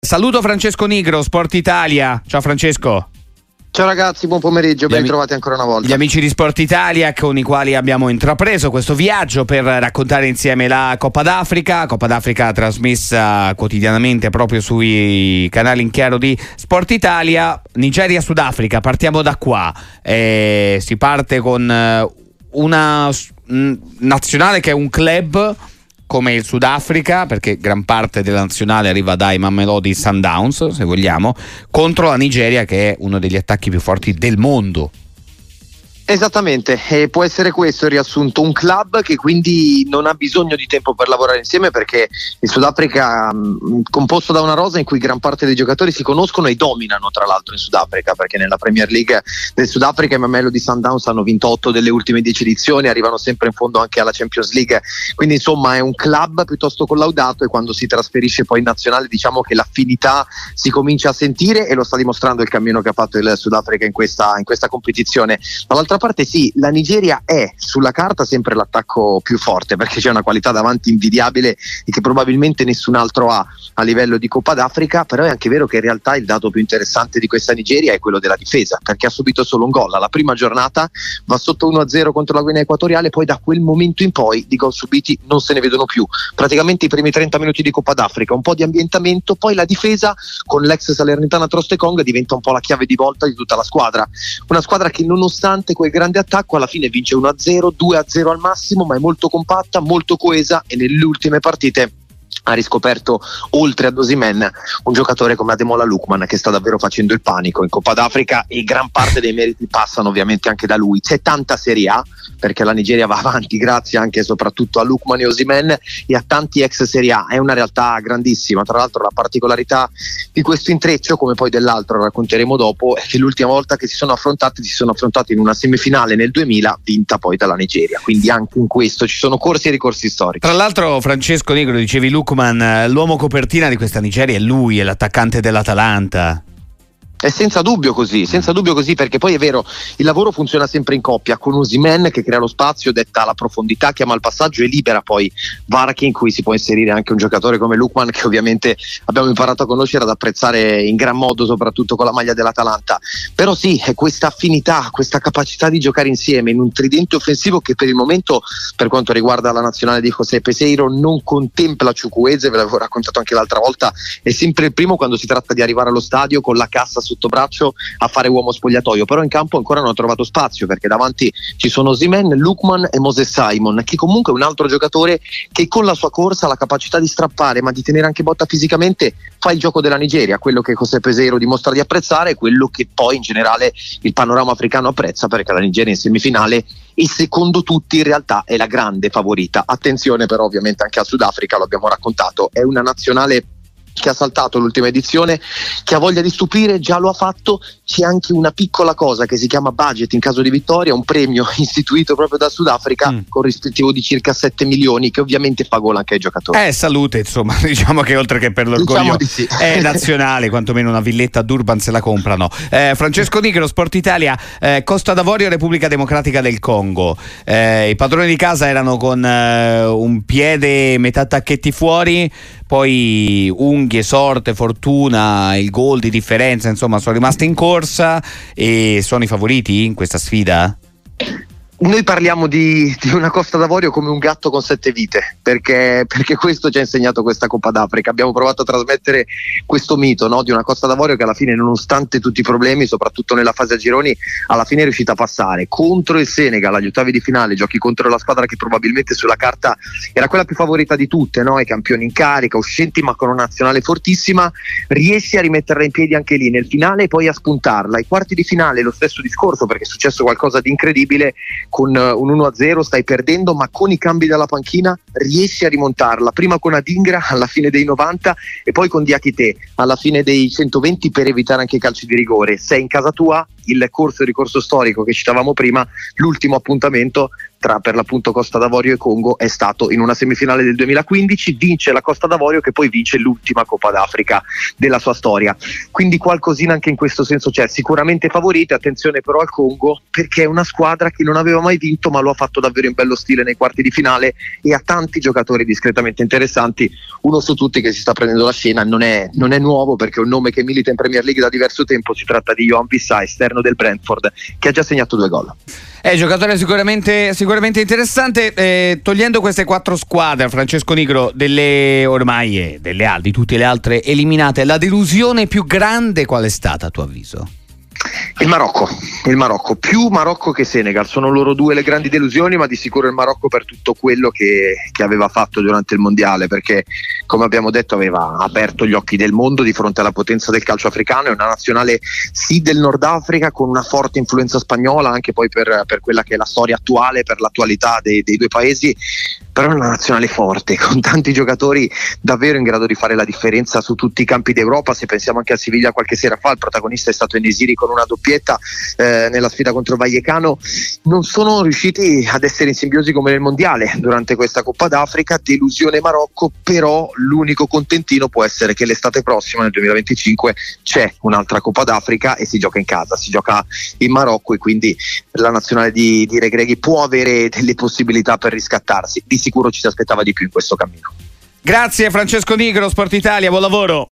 Saluto Francesco Nigro, Sport Italia. Ciao Francesco. Ciao ragazzi, buon pomeriggio, ben trovati ancora una volta. Gli amici di Sport Italia con i quali abbiamo intrapreso questo viaggio per raccontare insieme la Coppa d'Africa trasmessa quotidianamente proprio sui canali in chiaro di Sport Italia. Nigeria-Sudafrica, partiamo da qua. Si parte con una nazionale che è un club come il Sudafrica, perché gran parte della nazionale arriva dai Mamelodi Sundowns, se vogliamo, contro la Nigeria che è uno degli attacchi più forti del mondo. Esattamente, può essere questo il riassunto, un club che quindi non ha bisogno di tempo per lavorare insieme, perché il Sudafrica composto da una rosa in cui gran parte dei giocatori si conoscono e dominano tra l'altro in Sudafrica, perché nella Premier League del Sudafrica i Mamelodi Sundowns hanno vinto 8 delle ultime 10 edizioni, arrivano sempre in fondo anche alla Champions League, quindi insomma è un club piuttosto collaudato, e quando si trasferisce poi in nazionale diciamo che l'affinità si comincia a sentire, e lo sta dimostrando il cammino che ha fatto il Sudafrica in questa competizione. Dall'altra parte sì, la Nigeria è sulla carta sempre l'attacco più forte, perché c'è una qualità davanti invidiabile e che probabilmente nessun altro ha a livello di Coppa d'Africa, però è anche vero che in realtà il dato più interessante di questa Nigeria è quello della difesa, perché ha subito solo un gol alla prima giornata, va sotto 1-0 contro la Guinea Equatoriale, poi da quel momento in poi di gol subiti non se ne vedono più, praticamente i primi 30 minuti di Coppa d'Africa, un po' di ambientamento, poi la difesa con l'ex Salernitana Trostekong diventa un po' la chiave di volta di tutta la squadra, una squadra che nonostante quel grande attacco alla fine vince 1-0, 2-0 al massimo, ma è molto compatta, molto coesa, e nelle ultime partite ha riscoperto, oltre ad Osimhen, un giocatore come Ademola Lookman che sta davvero facendo il panico in Coppa d'Africa, e gran parte dei meriti passano ovviamente anche da lui. C'è tanta Serie A, perché la Nigeria va avanti grazie anche e soprattutto a Lookman e Osimhen e a tanti ex Serie A, è una realtà grandissima. Tra l'altro la particolarità di questo intreccio, come poi dell'altro racconteremo dopo, è che l'ultima volta che si sono affrontati in una semifinale nel 2000, vinta poi dalla Nigeria, quindi anche in questo ci sono corsi e ricorsi storici. Tra l'altro Francesco Nigro, dicevi Lookman, l'uomo copertina di questa Nigeria è lui, è l'attaccante dell'Atalanta. È senza dubbio così, perché poi è vero, il lavoro funziona sempre in coppia, con Osimhen che crea lo spazio, detta la profondità, chiama il passaggio e libera poi varchi in cui si può inserire anche un giocatore come Lookman, che ovviamente abbiamo imparato a conoscere, ad apprezzare in gran modo, soprattutto con la maglia dell'Atalanta. Però sì, è questa affinità, questa capacità di giocare insieme in un tridente offensivo che per il momento, per quanto riguarda la nazionale di José Peseiro, non contempla Chukwueze, ve l'avevo raccontato anche l'altra volta, è sempre il primo quando si tratta di arrivare allo stadio con la cassa sotto braccio a fare uomo spogliatoio, però in campo ancora non ha trovato spazio, perché davanti ci sono Osimhen, Lookman e Moses Simon, che comunque è un altro giocatore che con la sua corsa ha la capacità di strappare, ma di tenere anche botta fisicamente, fa il gioco della Nigeria, quello che José Peseiro dimostra di apprezzare e quello che poi in generale il panorama africano apprezza, perché la Nigeria in semifinale e secondo tutti in realtà è la grande favorita. Attenzione però ovviamente anche al Sudafrica, lo abbiamo raccontato, è una nazionale che ha saltato l'ultima edizione, che ha voglia di stupire, già lo ha fatto. C'è anche una piccola cosa che si chiama budget in caso di vittoria, un premio istituito proprio dal Sudafrica corrispettivo di circa 7 milioni, che ovviamente fa gola anche ai giocatori. Salute, insomma, diciamo che oltre che per l'orgoglio sì, è nazionale, quantomeno una villetta a Durban se la comprano. Francesco Nigro, Sport Italia, Costa d'Avorio, Repubblica Democratica del Congo. I padroni di casa erano con un piede metà tacchetti fuori, poi unghie, sorte, fortuna, il gol di differenza, insomma sono rimasti in corsa e sono i favoriti in questa sfida? Noi parliamo di una Costa d'Avorio come un gatto con 7 vite, perché questo ci ha insegnato questa Coppa d'Africa. Abbiamo provato a trasmettere questo mito, no? Di una Costa d'Avorio che alla fine, nonostante tutti i problemi, soprattutto nella fase a gironi, alla fine è riuscita a passare contro il Senegal agli ottavi di finale. Giochi contro la squadra che probabilmente sulla carta era quella più favorita di tutte, no? I campioni in carica, uscenti ma con una nazionale fortissima, riesci a rimetterla in piedi anche lì nel finale e poi a spuntarla. Ai quarti di finale lo stesso discorso, perché è successo qualcosa di incredibile. Con un 1-0 stai perdendo, ma con i cambi dalla panchina riesci a rimontarla, prima con Adingra alla fine dei 90 e poi con Diakité alla fine dei 120 per evitare anche i calci di rigore. Sei in casa tua, il corso e ricorso storico che citavamo prima, l'ultimo appuntamento tra per l'appunto Costa d'Avorio e Congo è stato in una semifinale del 2015, vince la Costa d'Avorio che poi vince l'ultima Coppa d'Africa della sua storia, quindi qualcosina anche in questo senso c'è. Sicuramente favorite, attenzione però al Congo, perché è una squadra che non aveva mai vinto ma lo ha fatto davvero in bello stile nei quarti di finale e ha tanti giocatori discretamente interessanti. Uno su tutti che si sta prendendo la scena non è nuovo, perché è un nome che milita in Premier League da diverso tempo, si tratta di Yohan Wissa, esterno del Brentford, che ha già segnato 2 gol. È giocatore sicuramente interessante. Togliendo queste 4 squadre, Francesco Nigro, di tutte le altre eliminate, la delusione più grande qual è stata a tuo avviso? Il Marocco, più Marocco che Senegal, sono loro due le grandi delusioni, ma di sicuro il Marocco per tutto quello che aveva fatto durante il mondiale, perché come abbiamo detto aveva aperto gli occhi del mondo di fronte alla potenza del calcio africano. È una nazionale sì del Nord Africa con una forte influenza spagnola anche poi per quella che è la storia attuale, per l'attualità dei due paesi, però è una nazionale forte con tanti giocatori davvero in grado di fare la differenza su tutti i campi d'Europa. Se pensiamo anche a Siviglia qualche sera fa, il protagonista è stato En-Nesyri con una doppietta nella sfida contro Vallecano. Non sono riusciti ad essere in simbiosi come nel mondiale durante questa Coppa d'Africa. Delusione Marocco, però l'unico contentino può essere che l'estate prossima, nel 2025, c'è un'altra Coppa d'Africa e si gioca in casa, si gioca in Marocco, e quindi la nazionale di Regragui può avere delle possibilità per riscattarsi. Di sicuro ci si aspettava di più in questo cammino. Grazie Francesco Nigro, Sport Italia, buon lavoro.